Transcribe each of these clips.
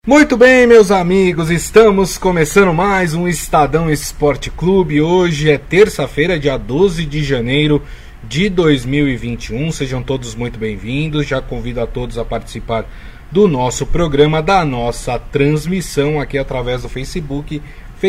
Muito bem, meus amigos, estamos começando mais um Estadão Esporte Clube. Hoje é terça-feira, dia 12 de janeiro de 2021. Sejam todos muito bem-vindos. Já convido a todos a participar do nosso programa, da nossa transmissão aqui através do Facebook,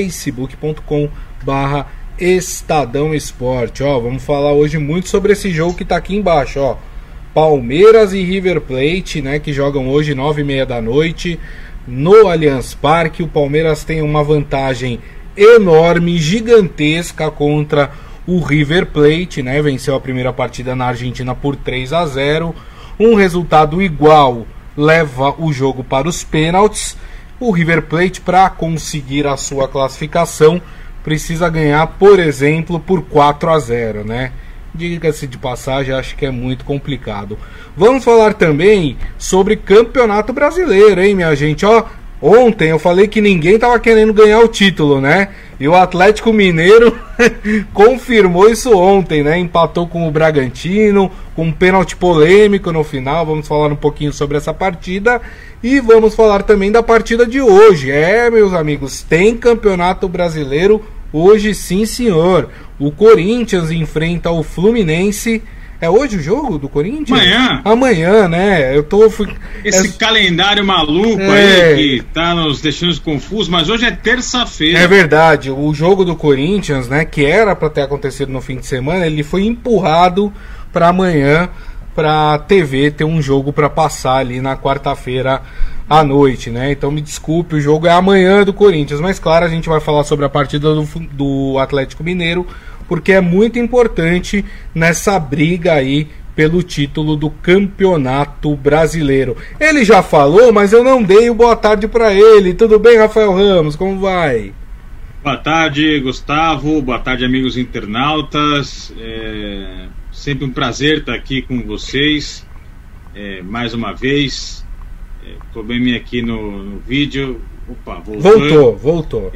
facebook.com/Estadão Esporte. Vamos falar hoje muito sobre esse jogo que está aqui embaixo, Palmeiras e River Plate, né, que jogam hoje 9h30 da noite. No Allianz Parque. O Palmeiras tem uma vantagem enorme, gigantesca contra o River Plate, né? Venceu a primeira partida na Argentina por 3-0. Um resultado igual leva o jogo para os pênaltis. O River Plate, para conseguir a sua classificação, precisa ganhar, por exemplo, por 4-0, né? Diga-se de passagem, acho que é muito complicado. Vamos falar também sobre Campeonato Brasileiro, hein, minha gente? Ontem eu falei que ninguém tava querendo ganhar o título, né? E o Atlético Mineiro confirmou isso ontem, né? Empatou com o Bragantino, com um pênalti polêmico no final. Vamos falar um pouquinho sobre essa partida. E vamos falar também da partida de hoje. Meus amigos, tem Campeonato Brasileiro hoje, sim, senhor. O Corinthians enfrenta o Fluminense. É hoje o jogo do Corinthians? Amanhã, né? Esse calendário maluco aí que tá nos deixando confusos, mas hoje é terça-feira. É verdade. O jogo do Corinthians, né, que era para ter acontecido no fim de semana, ele foi empurrado para amanhã, para a TV ter um jogo para passar ali na quarta-feira à noite, né? Então me desculpe, o jogo é amanhã do Corinthians, mas claro, a gente vai falar sobre a partida do Atlético Mineiro, porque é muito importante nessa briga aí pelo título do Campeonato Brasileiro. Ele já falou, mas eu não dei o boa tarde para ele. Tudo bem, Rafael Ramos? Como vai? Boa tarde, Gustavo. Boa tarde, amigos internautas. Sempre um prazer estar aqui com vocês. Mais uma vez. Estou bem aqui no vídeo. Opa, voltou.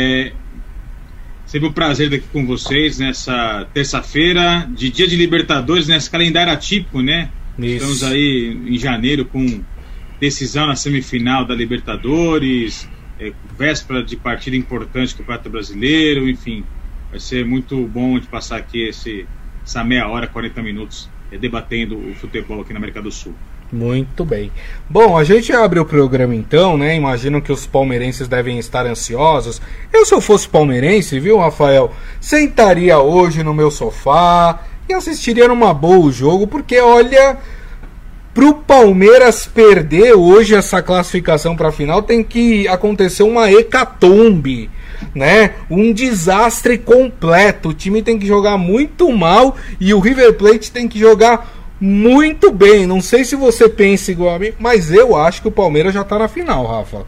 Sempre um prazer estar aqui com vocês nessa terça-feira, de dia de Libertadores, nesse calendário atípico, né? Isso. Estamos aí em janeiro com decisão na semifinal da Libertadores, véspera de partida importante do Campeonato Brasileiro, enfim. Vai ser muito bom de passar aqui essa meia hora, 40 minutos, debatendo o futebol aqui na América do Sul. Muito bem. Bom, a gente abre o programa então, né? Imagino que os palmeirenses devem estar ansiosos. Se eu fosse palmeirense, viu, Rafael? Sentaria hoje no meu sofá e assistiria numa boa o jogo, porque olha, pro Palmeiras perder hoje essa classificação para a final tem que acontecer uma hecatombe, né? Um desastre completo. O time tem que jogar muito mal e o River Plate tem que jogar muito bem. Não sei se você pensa igual a mim, mas eu acho que o Palmeiras já tá na final, Rafa.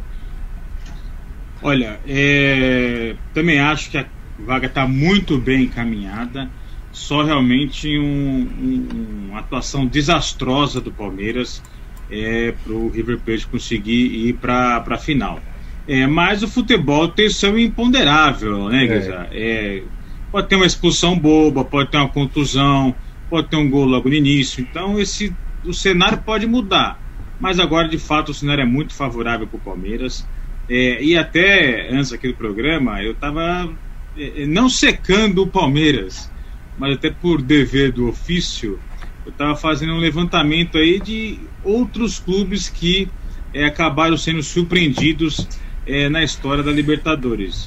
Olha, também acho que a vaga tá muito bem encaminhada. Só realmente uma atuação desastrosa do Palmeiras pro River Plate conseguir ir para a final. Mas o futebol tem seu imponderável, né, Guisa? Pode ter uma expulsão boba, pode ter uma contusão, pode ter um gol logo no início. Então o cenário pode mudar, mas agora de fato o cenário é muito favorável para o Palmeiras. E até antes aqui do programa eu estava não secando o Palmeiras, mas até por dever do ofício eu estava fazendo um levantamento aí de outros clubes que acabaram sendo surpreendidos na história da Libertadores.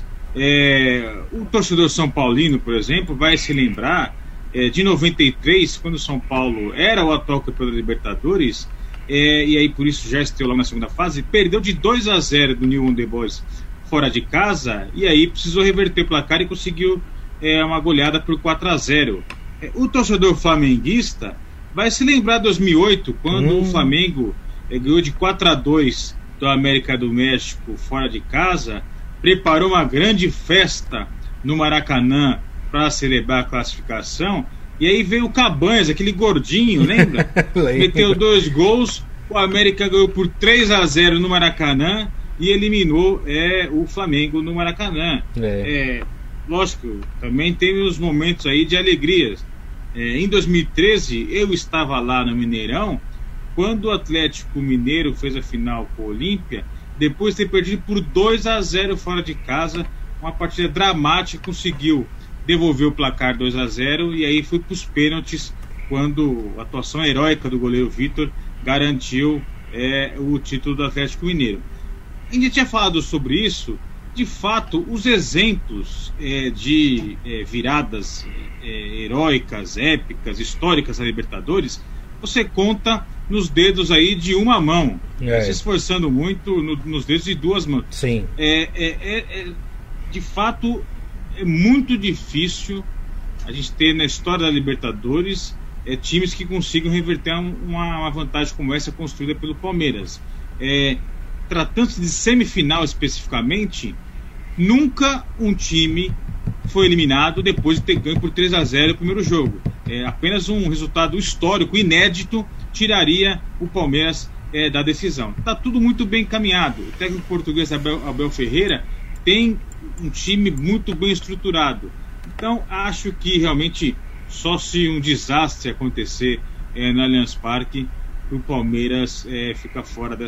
O torcedor São Paulino, por exemplo, vai se lembrar de 93, quando o São Paulo era o atual campeão da Libertadores, e aí por isso já esteve lá na segunda fase, perdeu de 2-0 do New Old Boys fora de casa, e aí precisou reverter o placar e conseguiu uma goleada por 4-0. O torcedor flamenguista vai se lembrar de 2008, quando o Flamengo ganhou de 4-2 do América do México fora de casa, preparou uma grande festa no Maracanã para celebrar a classificação, e aí veio o Cabanhas, aquele gordinho, lembra? Meteu 2 gols, o América ganhou por 3-0 no Maracanã e eliminou o Flamengo no Maracanã. Lógico, também teve os momentos aí de alegrias. Em 2013 eu estava lá no Mineirão quando o Atlético Mineiro fez a final com o Olímpia depois de ter perdido por 2-0 fora de casa, uma partida dramática, conseguiu devolver o placar 2-0 e aí foi para os pênaltis, quando a atuação heróica do goleiro Vitor garantiu o título do Atlético Mineiro. A gente tinha falado sobre isso. De fato, os exemplos de viradas heróicas, épicas, históricas na Libertadores, você conta nos dedos aí de uma mão, se esforçando muito nos dedos de duas mãos. Sim. De fato, é muito difícil a gente ter na história da Libertadores times que consigam reverter uma vantagem como essa construída pelo Palmeiras. Tratando-se de semifinal especificamente, nunca um time foi eliminado depois de ter ganho por 3-0 o primeiro jogo. Apenas um resultado histórico, inédito, tiraria o Palmeiras da decisão. Está tudo muito bem encaminhado. O técnico português Abel Ferreira tem um time muito bem estruturado. Então acho que realmente só se um desastre acontecer no Allianz Parque, o Palmeiras fica fora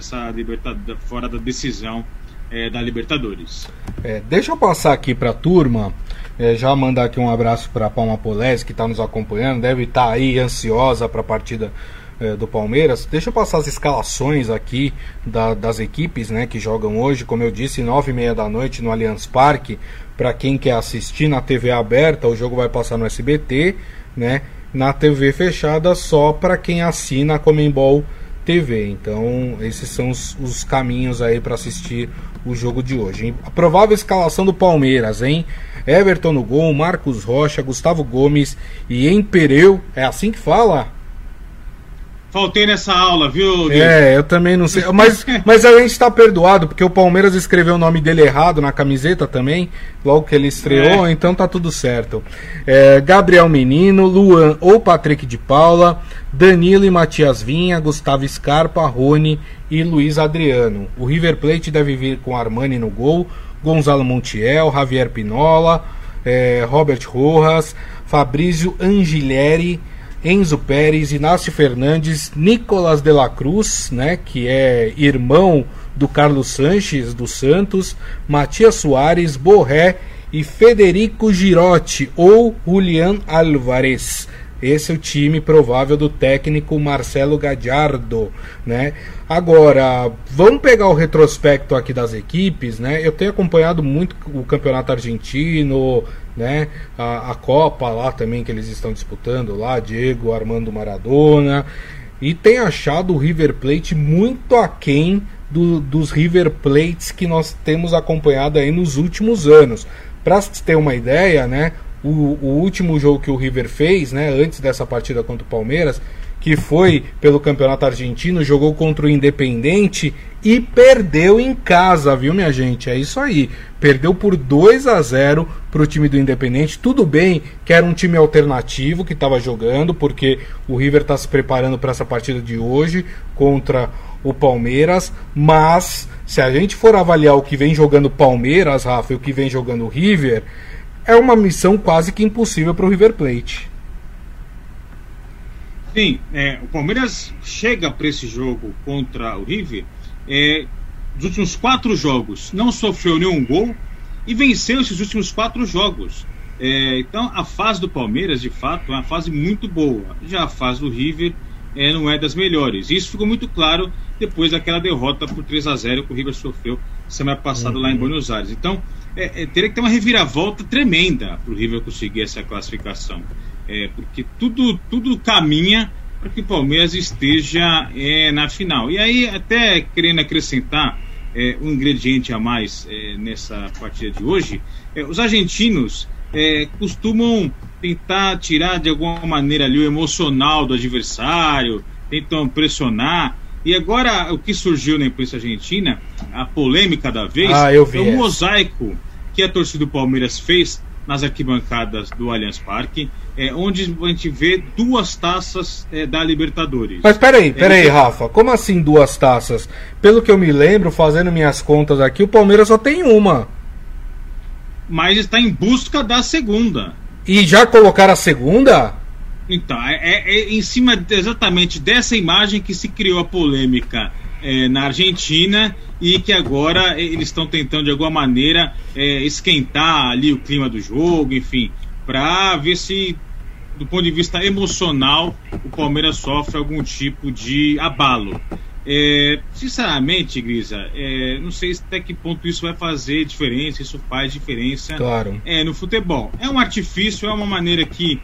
fora da decisão da Libertadores. Deixa eu passar aqui para a turma, já mandar aqui um abraço para a Palma Polese, que está nos acompanhando, deve estar aí ansiosa para a partida do Palmeiras. Deixa eu passar as escalações aqui das equipes, né, que jogam hoje. Como eu disse, 9h30 da noite no Allianz Parque. Para quem quer assistir na TV aberta, o jogo vai passar no SBT, né? Na TV fechada só para quem assina a Conmebol TV. Então esses são os caminhos aí para assistir o jogo de hoje. A provável escalação do Palmeiras, hein? Everton no gol, Marcos Rocha, Gustavo Gomes e Empereu. É assim que fala? Faltei nessa aula, viu? Eu também não sei. Mas a gente tá perdoado, porque o Palmeiras escreveu o nome dele errado na camiseta também, logo que ele estreou, então tá tudo certo. Gabriel Menino, Luan ou Patrick de Paula, Danilo e Matias Vinha, Gustavo Scarpa, Rony e Luiz Adriano. O River Plate deve vir com Armani no gol, Gonzalo Montiel, Javier Pinola, Robert Rojas, Fabrício Angilleri, Enzo Pérez, Inácio Fernandes, Nicolas de la Cruz, né, que é irmão do Carlos Sanches do Santos, Matias Soares, Borré e Federico Girotti ou Julián Álvarez. Esse é o time provável do técnico Marcelo Gallardo, né? Agora, vamos pegar o retrospecto aqui das equipes, né? Eu tenho acompanhado muito o campeonato argentino, né? A Copa lá também que eles estão disputando lá, Diego Armando Maradona, e tenho achado o River Plate muito aquém dos River Plates que nós temos acompanhado aí nos últimos anos. Para se ter uma ideia, né? O último jogo que o River fez, né, antes dessa partida contra o Palmeiras, que foi pelo Campeonato Argentino, jogou contra o Independente e perdeu em casa, viu, minha gente? É isso aí, perdeu por 2-0 para o time do Independente. Tudo bem que era um time alternativo que estava jogando, porque o River está se preparando para essa partida de hoje contra o Palmeiras, mas se a gente for avaliar o que vem jogando o Palmeiras, Rafa, e o que vem jogando o River, é uma missão quase que impossível para o River Plate. Sim, o Palmeiras chega para esse jogo contra o River, dos últimos 4 jogos não sofreu nenhum gol e venceu esses últimos 4 jogos. Então a fase do Palmeiras, de fato, é uma fase muito boa. Já a fase do River não é das melhores. Isso ficou muito claro depois daquela derrota por 3-0 que o River sofreu semana passada lá em Buenos Aires. Então teria que ter uma reviravolta tremenda para o River conseguir essa classificação, porque tudo caminha para que o Palmeiras esteja na final. E aí, até querendo acrescentar um ingrediente a mais nessa partida de hoje, os argentinos costumam tentar tirar de alguma maneira ali o emocional do adversário, tentam pressionar. E agora o que surgiu na imprensa argentina, a polêmica da vez, é o mosaico que a torcida do Palmeiras fez nas arquibancadas do Allianz Parque, onde a gente vê 2 taças da Libertadores. Mas peraí, Rafa, como assim 2 taças? Pelo que eu me lembro, fazendo minhas contas aqui, o Palmeiras só tem uma. Mas está em busca da segunda. E já colocaram a segunda? Então, em cima exatamente dessa imagem que se criou a polêmica na Argentina e que agora eles estão tentando de alguma maneira esquentar ali o clima do jogo, enfim, para ver se, do ponto de vista emocional, o Palmeiras sofre algum tipo de abalo. Sinceramente, Grisa, não sei até que ponto isso vai fazer diferença, isso faz diferença, claro, no futebol. É um artifício, é uma maneira que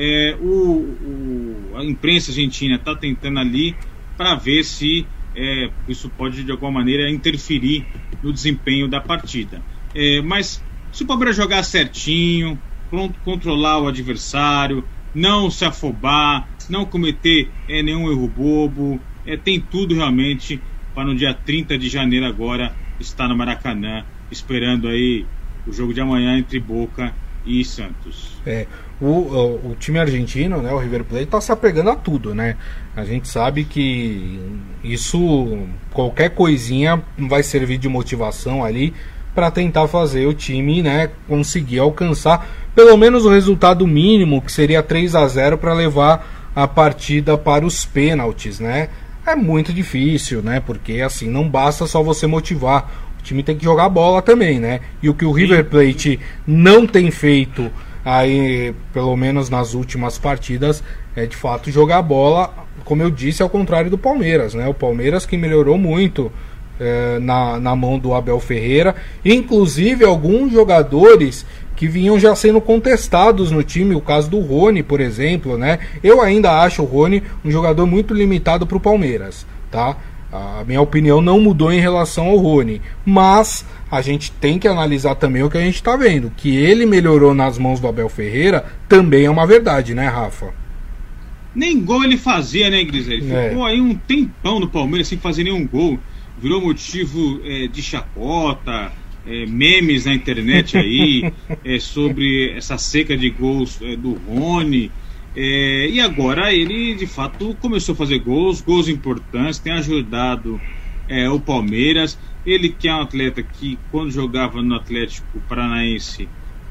a imprensa argentina está tentando ali para ver se isso pode de alguma maneira interferir no desempenho da partida. Mas se o Palmeiras jogar certinho, controlar o adversário, não se afobar, não cometer nenhum erro bobo, tem tudo realmente para no dia 30 de janeiro agora estar no Maracanã, esperando aí o jogo de amanhã entre Boca e Santos. O time argentino, né, o River Plate, está se apegando a tudo, né? A gente sabe que isso, qualquer coisinha vai servir de motivação ali para tentar fazer o time, né, conseguir alcançar pelo menos o resultado mínimo, que seria 3-0, para levar a partida para os pênaltis, né? É muito difícil, né? Porque assim, não basta só você motivar, o time tem que jogar bola também, né? E o que o River Plate não tem feito aí, pelo menos nas últimas partidas, é de fato jogar bola, como eu disse, ao contrário do Palmeiras, né? O Palmeiras que melhorou muito na mão do Abel Ferreira, inclusive alguns jogadores que vinham já sendo contestados no time, o caso do Rony, por exemplo, né? Eu ainda acho o Rony um jogador muito limitado para o Palmeiras, tá? A minha opinião não mudou em relação ao Rony, mas a gente tem que analisar também o que a gente está vendo, que ele melhorou nas mãos do Abel Ferreira também é uma verdade, né, Rafa? Nem gol ele fazia, né, Gris? Ele ficou aí um tempão no Palmeiras sem fazer nenhum gol, virou motivo de chacota, memes na internet aí sobre essa seca de gols do Rony, e agora ele de fato começou a fazer gols importantes, tem ajudado o Palmeiras. Ele que é um atleta que quando jogava no Atlético Paranaense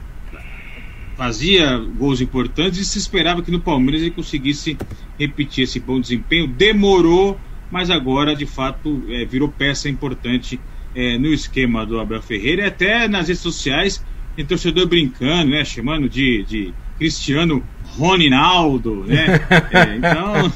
fazia gols importantes e se esperava que no Palmeiras ele conseguisse repetir esse bom desempenho. Demorou, mas agora de fato virou peça importante no esquema do Abel Ferreira, e até nas redes sociais tem torcedor brincando, né, chamando de Cristiano Ronaldo, né? Então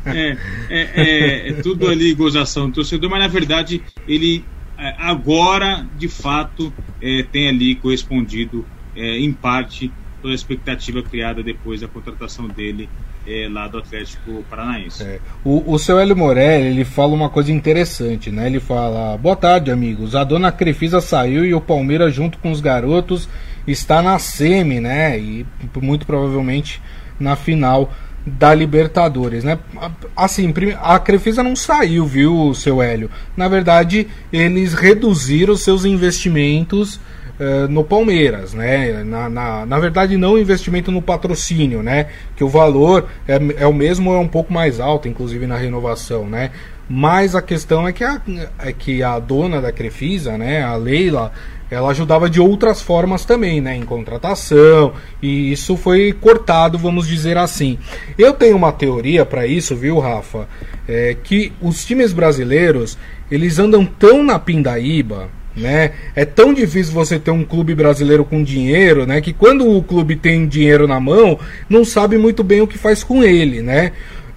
tudo ali gozação do torcedor, mas na verdade ele agora de fato tem ali correspondido em parte toda a expectativa criada depois da contratação dele lá do Atlético Paranaense. O seu Hélio Morelli, ele fala uma coisa interessante, né? Ele fala: boa tarde, amigos, a dona Crefisa saiu e o Palmeiras junto com os garotos está na semi, né? E muito provavelmente na final da Libertadores, né? Assim, a Crefisa não saiu, viu, seu Hélio? Na verdade, eles reduziram seus investimentos no Palmeiras, né? Na verdade, não investimento no patrocínio, né? Que o valor é o mesmo ou é um pouco mais alto, inclusive na renovação, né? Mas a questão é que a dona da Crefisa, né? A Leila, ela ajudava de outras formas também, né? Em contratação, e isso foi cortado, vamos dizer assim. Eu tenho uma teoria para isso, viu, Rafa? Que os times brasileiros, eles andam tão na pindaíba, né? É tão difícil você ter um clube brasileiro com dinheiro, né? Que quando o clube tem dinheiro na mão, não sabe muito bem o que faz com ele, né?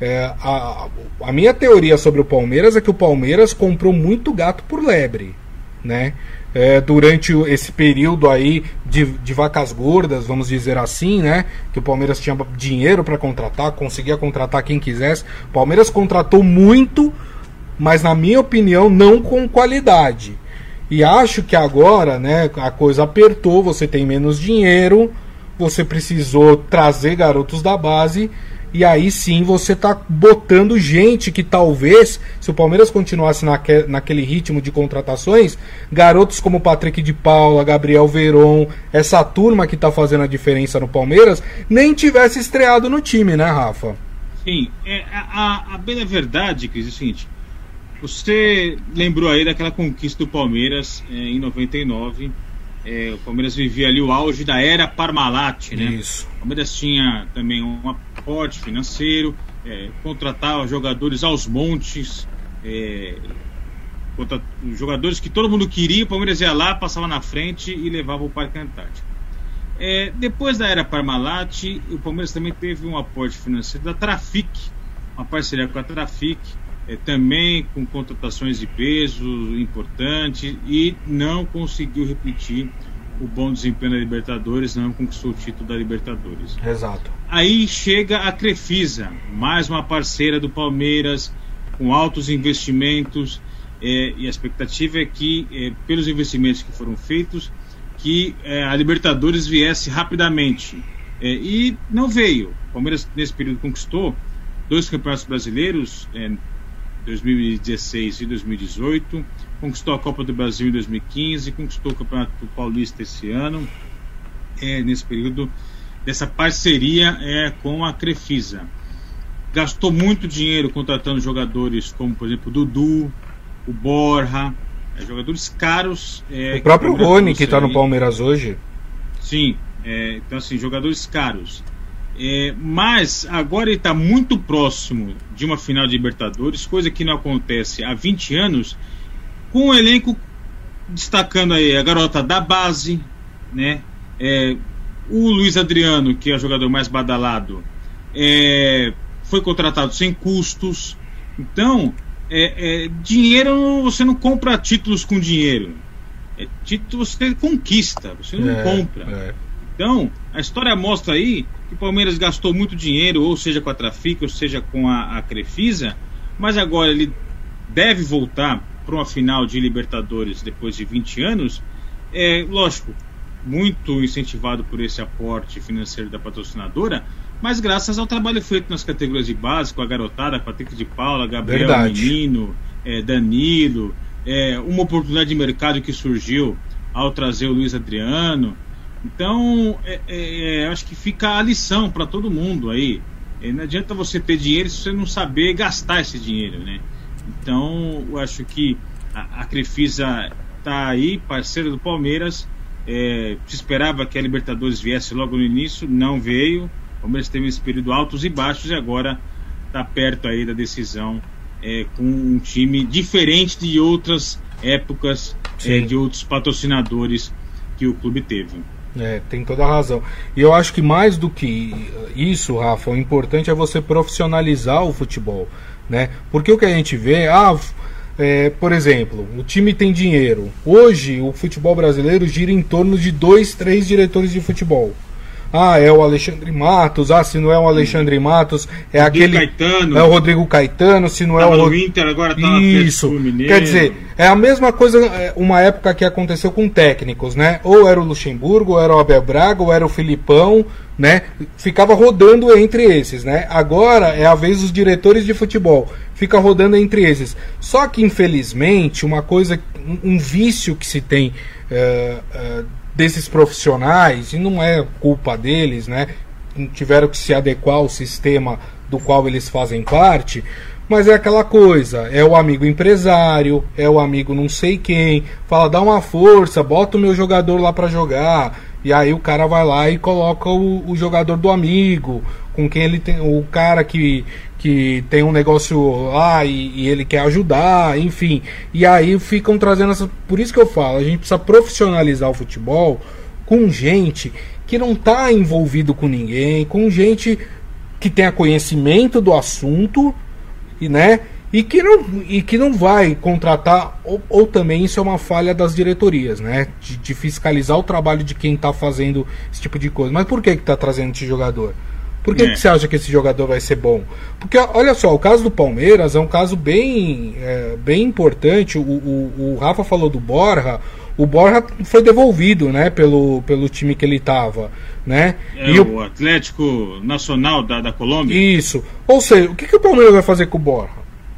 A minha teoria sobre o Palmeiras é que o Palmeiras comprou muito gato por lebre, né? Durante esse período aí de vacas gordas, vamos dizer assim, né? Que o Palmeiras tinha dinheiro para contratar, conseguia contratar quem quisesse. O Palmeiras contratou muito, mas na minha opinião não com qualidade. E acho que agora, né, a coisa apertou, você tem menos dinheiro, você precisou trazer garotos da base, e aí sim você tá botando gente que talvez, se o Palmeiras continuasse naquele ritmo de contratações, garotos como Patrick de Paula, Gabriel Veron, essa turma que tá fazendo a diferença no Palmeiras, nem tivesse estreado no time, né, Rafa? Sim, a bem verdade, Cris, é o seguinte: você lembrou aí daquela conquista do Palmeiras em 99. O Palmeiras vivia ali o auge da era Parmalat, né? Isso. O Palmeiras tinha também um aporte financeiro, contratava jogadores aos montes, jogadores que todo mundo queria, o Palmeiras ia lá, passava na frente e levava o Parque Antártico. Depois da era Parmalat, o Palmeiras também teve um aporte financeiro da Trafic, uma parceria com a Trafic, também com contratações de peso importante, e não conseguiu repetir o bom desempenho da Libertadores, não conquistou o título da Libertadores. Exato. Aí chega a Crefisa, mais uma parceira do Palmeiras, com altos investimentos, e a expectativa é que, pelos investimentos que foram feitos, que a Libertadores viesse rapidamente. E não veio. O Palmeiras, nesse período, conquistou 2 campeonatos brasileiros, 2016 e 2018, conquistou a Copa do Brasil em 2015, conquistou o Campeonato Paulista esse ano, nesse período dessa parceria com a Crefisa. Gastou muito dinheiro contratando jogadores como, por exemplo, o Dudu, o Borja, jogadores caros. O próprio Rony, que está no Palmeiras hoje. Sim, então assim, jogadores caros. Mas agora ele está muito próximo de uma final de Libertadores, coisa que não acontece há 20 anos, com o elenco destacando aí a garota da base, né? O Luiz Adriano, que é o jogador mais badalado, foi contratado sem custos. Então, dinheiro, você não compra títulos com dinheiro. Títulos você conquista, você não compra. Então, a história mostra aí que o Palmeiras gastou muito dinheiro, ou seja com a Trafic, ou seja com a Crefisa, mas agora ele deve voltar para uma final de Libertadores depois de 20 anos. Lógico, muito incentivado por esse aporte financeiro da patrocinadora, mas graças ao trabalho feito nas categorias de base, com a garotada, Patrick de Paula, Gabriel Menino, Danilo, uma oportunidade de mercado que surgiu ao trazer o Luiz Adriano. Então, acho que fica a lição para todo mundo aí. Não adianta você ter dinheiro se você não saber gastar esse dinheiro, né? Então, eu acho que a Crefisa está aí, parceira do Palmeiras. Se esperava que a Libertadores viesse logo no início, não veio. O Palmeiras teve esse período altos e baixos e agora está perto aí da decisão, com um time diferente de outras épocas, de outros patrocinadores que o clube teve. Tem toda a razão. E eu acho que mais do que isso, Rafa, o importante é você profissionalizar o futebol, né? Porque o que a gente vê, por exemplo, o time tem dinheiro. Hoje o futebol brasileiro gira em torno de 2, 3 diretores de futebol. É o Alexandre Matos, se não é o Alexandre Matos, é aquele Caetano, é o Rodrigo Caetano, se não é o Inter, agora tá isso. Quer dizer, é a mesma coisa, uma época que aconteceu com técnicos, né? Ou era o Luxemburgo, ou era o Abel Braga, ou era o Filipão, né? Ficava rodando entre esses, né? Agora é a vez dos diretores de futebol, fica rodando entre esses. Só que infelizmente um vício que se tem desses profissionais, e não é culpa deles, né? Tiveram que se adequar ao sistema do qual eles fazem parte, mas é aquela coisa, é o amigo empresário, é o amigo não sei quem, fala, dá uma força, bota o meu jogador lá pra jogar, e aí o cara vai lá e coloca o jogador do amigo, com quem ele tem, o cara que tem um negócio lá e ele quer ajudar, enfim, e aí ficam trazendo essa. Por isso que eu falo, a gente precisa profissionalizar o futebol com gente que não está envolvido com ninguém, com gente que tenha conhecimento do assunto, né? E que não vai contratar, ou também isso é uma falha das diretorias, né? De fiscalizar o trabalho de quem está fazendo esse tipo de coisa. Mas por que está trazendo esse jogador? Por que você acha que esse jogador vai ser bom? Porque, olha só, o caso do Palmeiras é um caso bem importante. O Rafa falou do Borja. O Borja foi devolvido, né, pelo time que ele estava, né? O Atlético Nacional da Colômbia. Isso. Ou seja, o que o Palmeiras vai fazer com o Borja?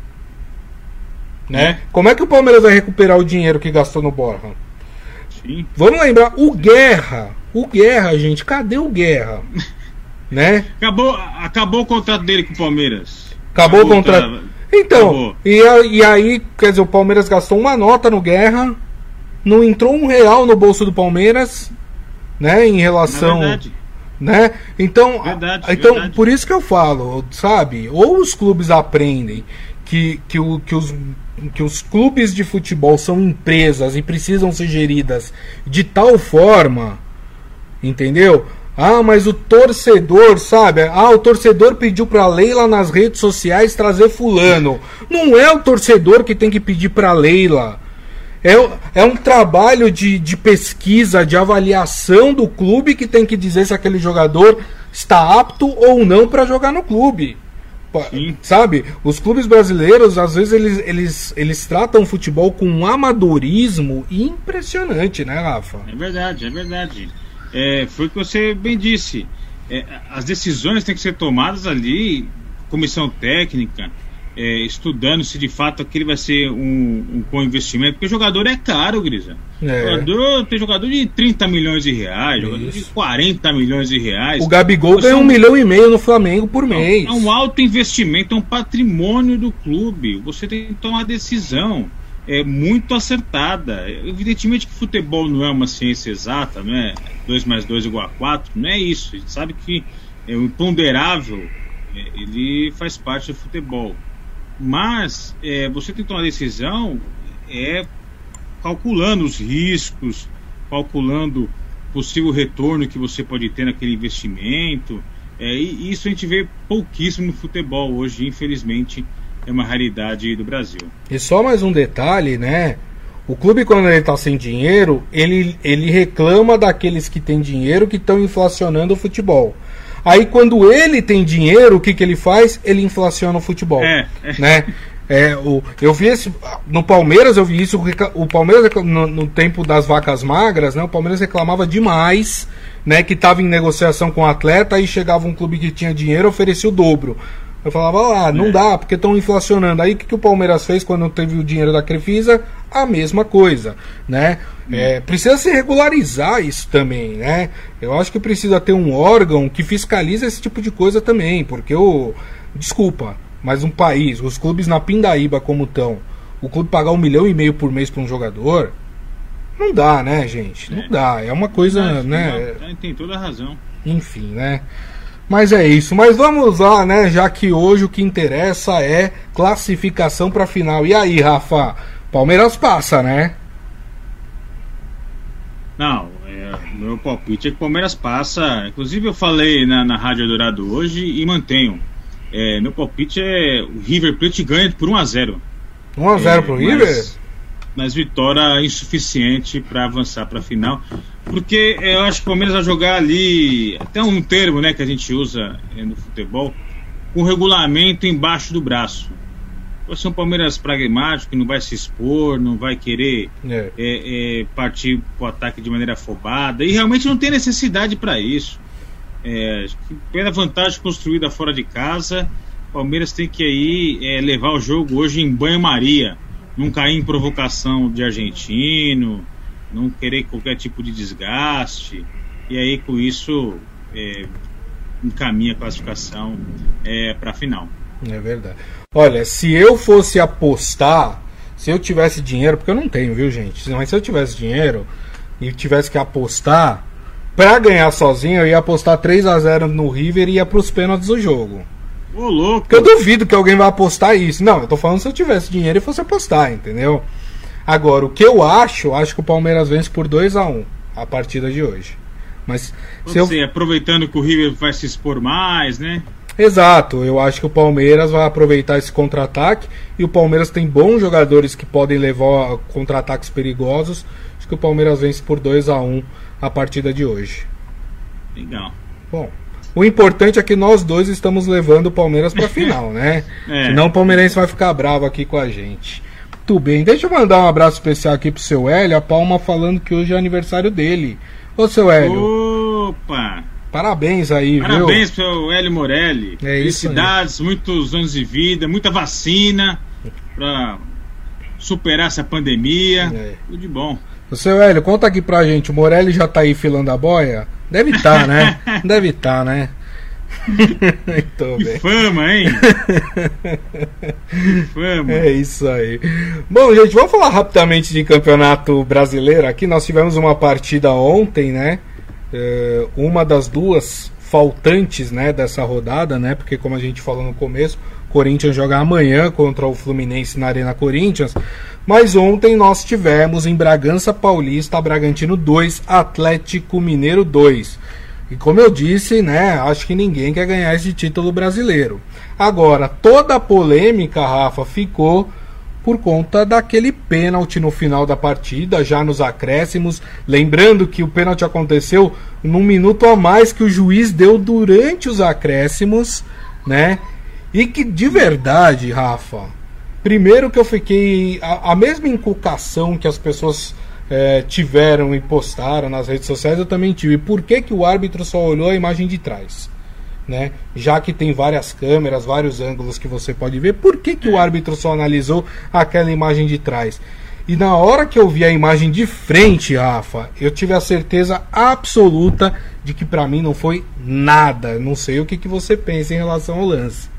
Né? Como é que o Palmeiras vai recuperar o dinheiro que gastou no Borja? Sim. Vamos lembrar, o Guerra, gente, cadê o Guerra? Né? Acabou o contrato dele com o Palmeiras. Acabou o contrato. Então, e aí, quer dizer, o Palmeiras gastou uma nota no Guerra, não entrou R$1 no bolso do Palmeiras, né, em relação, né? Então, verdade. Por isso que eu falo, sabe? Ou os clubes aprendem que os clubes de futebol são empresas e precisam ser geridas de tal forma, entendeu? Ah, mas o torcedor, sabe? Ah, o torcedor pediu pra Leila nas redes sociais trazer fulano. Não é o torcedor que tem que pedir pra Leila. É um trabalho de pesquisa, de avaliação do clube que tem que dizer se aquele jogador está apto ou não para jogar no clube. Sim. Sabe? Os clubes brasileiros, às vezes, eles tratam o futebol com um amadorismo impressionante, né, Rafa? É verdade. Foi o que você bem disse. As decisões têm que ser tomadas ali, comissão técnica, estudando se de fato aquele vai ser um bom investimento, porque o jogador é caro, Grisa. Tem jogador de 30 milhões de reais, jogador de 40 milhões de reais. O Gabigol ganha 1,5 milhão no Flamengo por mês. É um alto investimento, é um patrimônio do clube. Você tem que tomar uma decisão muito acertada. Evidentemente que futebol não é uma ciência exata, não é 2 mais 2 igual a 4, não é isso. A gente sabe que o imponderável ele faz parte do futebol. Mas você tem que tomar uma decisão calculando os riscos, calculando o possível retorno que você pode ter naquele investimento. E isso a gente vê pouquíssimo no futebol hoje, infelizmente, é uma raridade do Brasil. E só mais um detalhe, né? O clube, quando ele está sem dinheiro, ele reclama daqueles que têm dinheiro que estão inflacionando o futebol. Aí quando ele tem dinheiro, o que ele faz? Ele inflaciona o futebol. Né? Eu vi no Palmeiras, eu vi isso. O Palmeiras, no tempo das vacas magras, né, o Palmeiras reclamava demais, né, que estava em negociação com o atleta, aí chegava um clube que tinha dinheiro, oferecia o dobro. Eu falava, não dá, porque estão inflacionando. Aí o que o Palmeiras fez quando teve o dinheiro da Crefisa? A mesma coisa, né? Precisa se regularizar isso também, né? Eu acho que precisa ter um órgão que fiscalize esse tipo de coisa também, porque desculpa, mas um país, os clubes na pindaíba como estão, o clube pagar 1,5 milhão por mês para um jogador, não dá, né, gente? Não dá, é uma coisa, né? Tem toda a razão. Enfim, né? Mas é isso, mas vamos lá, né? Já que hoje o que interessa é classificação para a final. E aí, Rafa? Palmeiras passa, né? Não, meu palpite é que o Palmeiras passa. Inclusive eu falei na Rádio Dourado hoje e mantenho. Meu palpite é o River Plate ganha por 1-0. 1-0 pro River? Mas vitória insuficiente para avançar para a final. Porque eu acho que o Palmeiras vai jogar ali, até um termo, né, que a gente usa no futebol, com regulamento embaixo do braço. Vai ser um Palmeiras pragmático, que não vai se expor, não vai querer partir para o ataque de maneira afobada, e realmente não tem necessidade para isso. Pela vantagem construída fora de casa, o Palmeiras tem que aí levar o jogo hoje em banho-maria, não cair em provocação de argentino, não querer qualquer tipo de desgaste, e aí com isso encaminha a classificação para a final. É verdade. Olha, se eu fosse apostar, se eu tivesse dinheiro, porque eu não tenho, viu, gente? Mas se eu tivesse dinheiro e tivesse que apostar, pra ganhar sozinho, eu ia apostar 3-0 no River e ia pros pênaltis do jogo. Ô, louco! Porque eu duvido que alguém vai apostar isso. Não, eu tô falando se eu tivesse dinheiro e fosse apostar, entendeu? Agora, o que eu acho que o Palmeiras vence por 2-1 a partida de hoje. Mas aproveitando que o River vai se expor mais, né? Exato, eu acho que o Palmeiras vai aproveitar esse contra-ataque, e o Palmeiras tem bons jogadores que podem levar contra-ataques perigosos. Acho que o Palmeiras vence por 2-1 a partida de hoje. Legal. Bom, o importante é que nós dois estamos levando o Palmeiras para a final, né? Senão o palmeirense vai ficar bravo aqui com a gente. Muito bem, deixa eu mandar um abraço especial aqui pro seu Hélio, a Palma falando que hoje é aniversário dele. Ô, seu Hélio. Opa! Parabéns aí, Parabéns pro Hélio Morelli. Felicidades, muitos anos de vida, muita vacina pra superar essa pandemia. Tudo de bom. O seu Hélio, conta aqui pra gente, o Morelli já tá aí filando a boia? Deve estar, né? Deve estar, né? Que fama, hein? Que fama. É isso aí. Bom, gente, vamos falar rapidamente de campeonato brasileiro aqui. Nós tivemos uma partida ontem, né? Uma das duas faltantes, né, dessa rodada, né? Porque como a gente falou no começo, Corinthians joga amanhã contra o Fluminense na Arena Corinthians. Mas ontem nós tivemos em Bragança Paulista, Bragantino 2, Atlético Mineiro 2. E como eu disse, né, acho que ninguém quer ganhar esse título brasileiro. Agora, toda a polêmica, Rafa, ficou por conta daquele pênalti no final da partida, já nos acréscimos. Lembrando que o pênalti aconteceu num minuto a mais que o juiz deu durante os acréscimos, né? E que de verdade, Rafa, primeiro que eu fiquei... A mesma inculcação que as pessoas tiveram e postaram nas redes sociais, eu também tive. Por que o árbitro só olhou a imagem de trás? Né? Já que tem várias câmeras, vários ângulos que você pode ver, por que o árbitro só analisou aquela imagem de trás? E na hora que eu vi a imagem de frente, Rafa, eu tive a certeza absoluta de que pra mim não foi nada. Não sei o que você pensa em relação ao lance.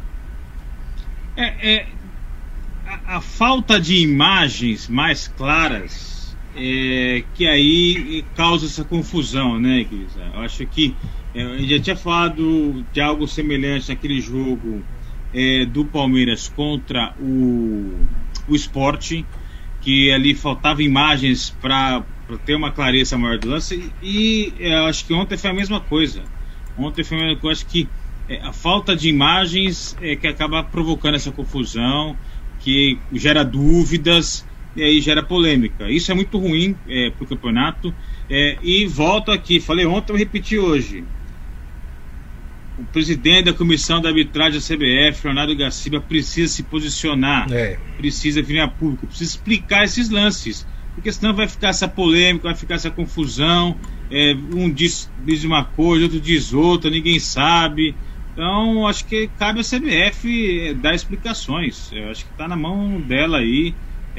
A falta de imagens mais claras que aí causa essa confusão, né, Guisa? Eu acho que eu já tinha falado de algo semelhante naquele jogo do Palmeiras contra o Sport, que ali faltava imagens para ter uma clareza maior do lance, e eu acho que ontem foi a mesma coisa. Acho que a falta de imagens que acaba provocando essa confusão, que gera dúvidas e aí gera polêmica. Isso é muito ruim para o campeonato. E volto aqui, falei ontem, eu repeti hoje. O presidente da comissão da arbitragem da CBF, Leonardo Gaciba, precisa se posicionar, precisa vir a público, precisa explicar esses lances, porque senão vai ficar essa polêmica, vai ficar essa confusão, um diz uma coisa, outro diz outra, ninguém sabe. Então acho que cabe à CBF dar explicações. Eu acho que está na mão dela aí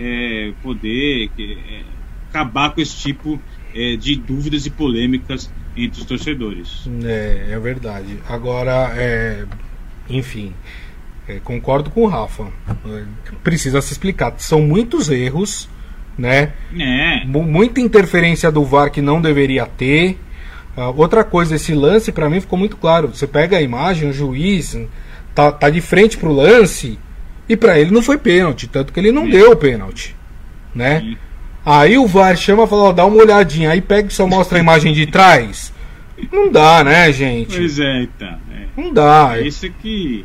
poder acabar com esse tipo de dúvidas e polêmicas entre os torcedores. É verdade. Agora, enfim, concordo com o Rafa. Precisa se explicar. São muitos erros, né? Muita interferência do VAR que não deveria ter. Outra coisa, esse lance pra mim ficou muito claro. Você pega a imagem, o juiz tá de frente pro lance e pra ele não foi pênalti, tanto que ele não deu o pênalti, né? Sim. Aí o VAR chama e fala, dá uma olhadinha, aí pega e só mostra a imagem de trás. Não dá, né, gente? Pois então. Não dá. Isso que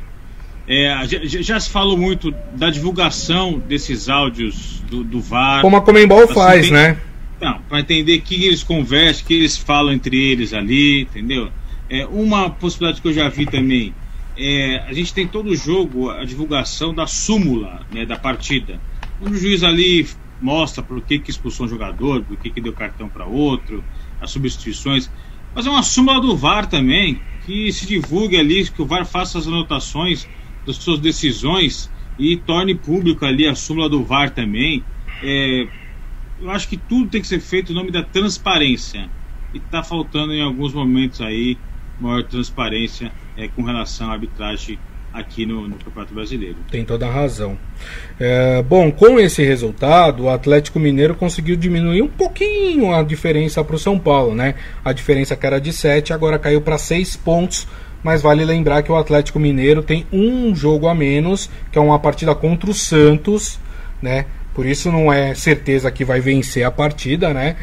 já se falou muito da divulgação desses áudios do VAR. Como a Conmebol faz, né? Não, para entender que eles conversam, que eles falam entre eles ali, entendeu? Uma possibilidade que eu já vi também, a gente tem todo o jogo a divulgação da súmula, né, da partida. O juiz ali mostra por que expulsou um jogador, por que deu cartão para outro, as substituições. Mas é uma súmula do VAR também, que se divulgue ali, que o VAR faça as anotações das suas decisões e torne público ali a súmula do VAR também. Eu acho que tudo tem que ser feito em nome da transparência, e está faltando em alguns momentos aí maior transparência com relação à arbitragem aqui no Campeonato Brasileiro. Tem toda a razão. Bom, com esse resultado, o Atlético Mineiro conseguiu diminuir um pouquinho a diferença para o São Paulo, né? A diferença que era de 7 agora caiu para 6 pontos, mas vale lembrar que o Atlético Mineiro tem um jogo a menos, que é uma partida contra o Santos, né? Por isso não é certeza que vai vencer a partida, né?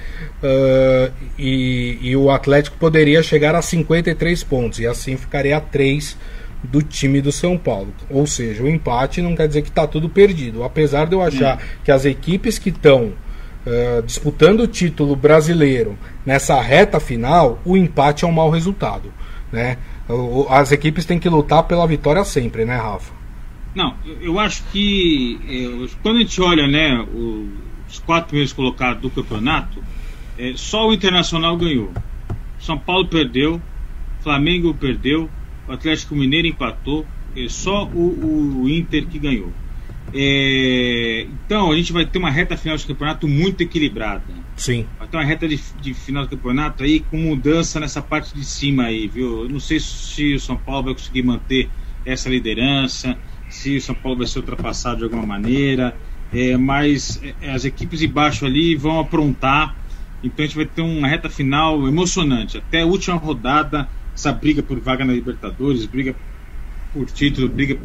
E o Atlético poderia chegar a 53 pontos, e assim ficaria a 3 do time do São Paulo. Ou seja, o empate não quer dizer que está tudo perdido. Apesar de eu achar que as equipes que estão disputando o título brasileiro nessa reta final, o empate é um mau resultado, né? As equipes têm que lutar pela vitória sempre, né, Rafa? Não, eu acho que quando a gente olha, né, os 4 primeiros colocados do campeonato, só o Internacional ganhou. São Paulo perdeu, Flamengo perdeu, o Atlético Mineiro empatou, só o Inter que ganhou. Então a gente vai ter uma reta final de campeonato muito equilibrada. Sim. Vai ter uma reta de final do campeonato aí com mudança nessa parte de cima aí, viu? Eu não sei se o São Paulo vai conseguir manter essa liderança, se o São Paulo vai ser ultrapassado de alguma maneira, mas as equipes de baixo ali vão aprontar. Então a gente vai ter uma reta final emocionante até a última rodada. Essa briga por vaga na Libertadores, briga por título, briga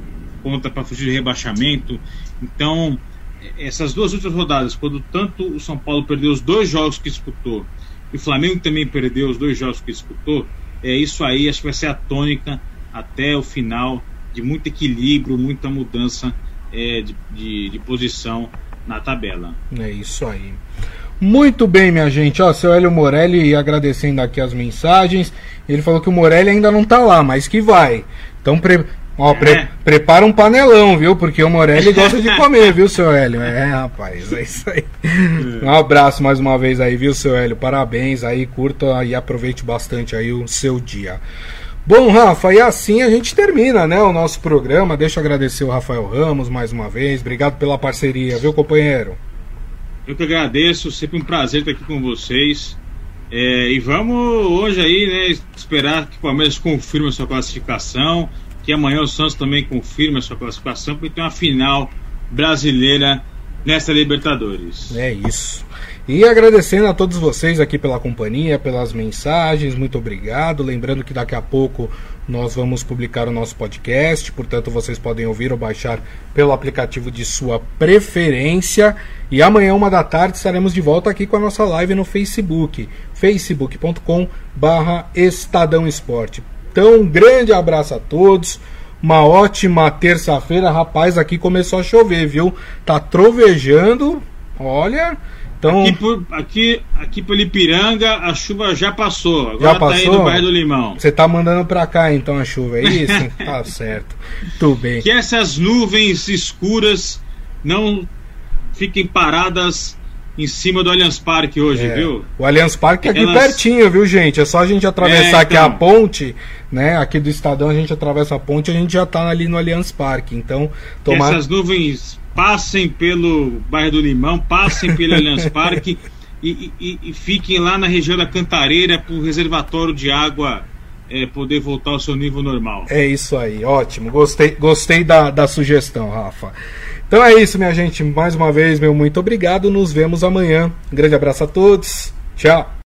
ponta para fugir de rebaixamento. Então, essas duas últimas rodadas, quando tanto o São Paulo perdeu os 2 jogos que disputou e o Flamengo também perdeu os 2 jogos que disputou, isso aí acho que vai ser a tônica até o final, de muito equilíbrio, muita mudança de posição na tabela. É isso aí. Muito bem, minha gente. Ó, seu Hélio Morelli agradecendo aqui as mensagens. Ele falou que o Morelli ainda não tá lá, mas que vai. Então, prepara um panelão, viu? Porque o Morelli gosta de comer, viu, seu Hélio? Rapaz, é isso aí. Um abraço mais uma vez aí, viu, seu Hélio? Parabéns aí, curta e aproveite bastante aí o seu dia. Bom, Rafa, e assim a gente termina, né, o nosso programa. Deixa eu agradecer o Rafael Ramos mais uma vez. Obrigado pela parceria, viu, companheiro? Eu que agradeço, sempre um prazer estar aqui com vocês. E vamos hoje aí, né, esperar que o Palmeiras confirme a sua classificação, que amanhã o Santos também confirme a sua classificação, porque tem uma final brasileira nessa Libertadores. É isso. E agradecendo a todos vocês aqui pela companhia, pelas mensagens, muito obrigado. Lembrando que daqui a pouco nós vamos publicar o nosso podcast, portanto vocês podem ouvir ou baixar pelo aplicativo de sua preferência. E amanhã, 13h, estaremos de volta aqui com a nossa live no Facebook, facebook.com/Estadão Esporte. Então, um grande abraço a todos, uma ótima terça-feira. Rapaz, aqui começou a chover, viu? Tá trovejando, olha... Então, aqui pelo Ipiranga a chuva já passou. Agora já passou? Tá aí no bairro do Limão. Você tá mandando pra cá então a chuva, é isso? Tá certo. Tudo bem. Que essas nuvens escuras não fiquem paradas em cima do Allianz Parque hoje, viu? O Allianz Parque é aqui pertinho, viu, gente? É só a gente atravessar aqui a ponte, né? Aqui do Estadão a gente atravessa a ponte e a gente já tá ali no Allianz Parque. Então, que essas nuvens passem pelo bairro do Limão, passem pelo Allianz Parque e fiquem lá na região da Cantareira para o reservatório de água poder voltar ao seu nível normal. É isso aí, ótimo. Gostei da sugestão, Rafa. Então é isso, minha gente. Mais uma vez, meu muito obrigado. Nos vemos amanhã. Um grande abraço a todos. Tchau.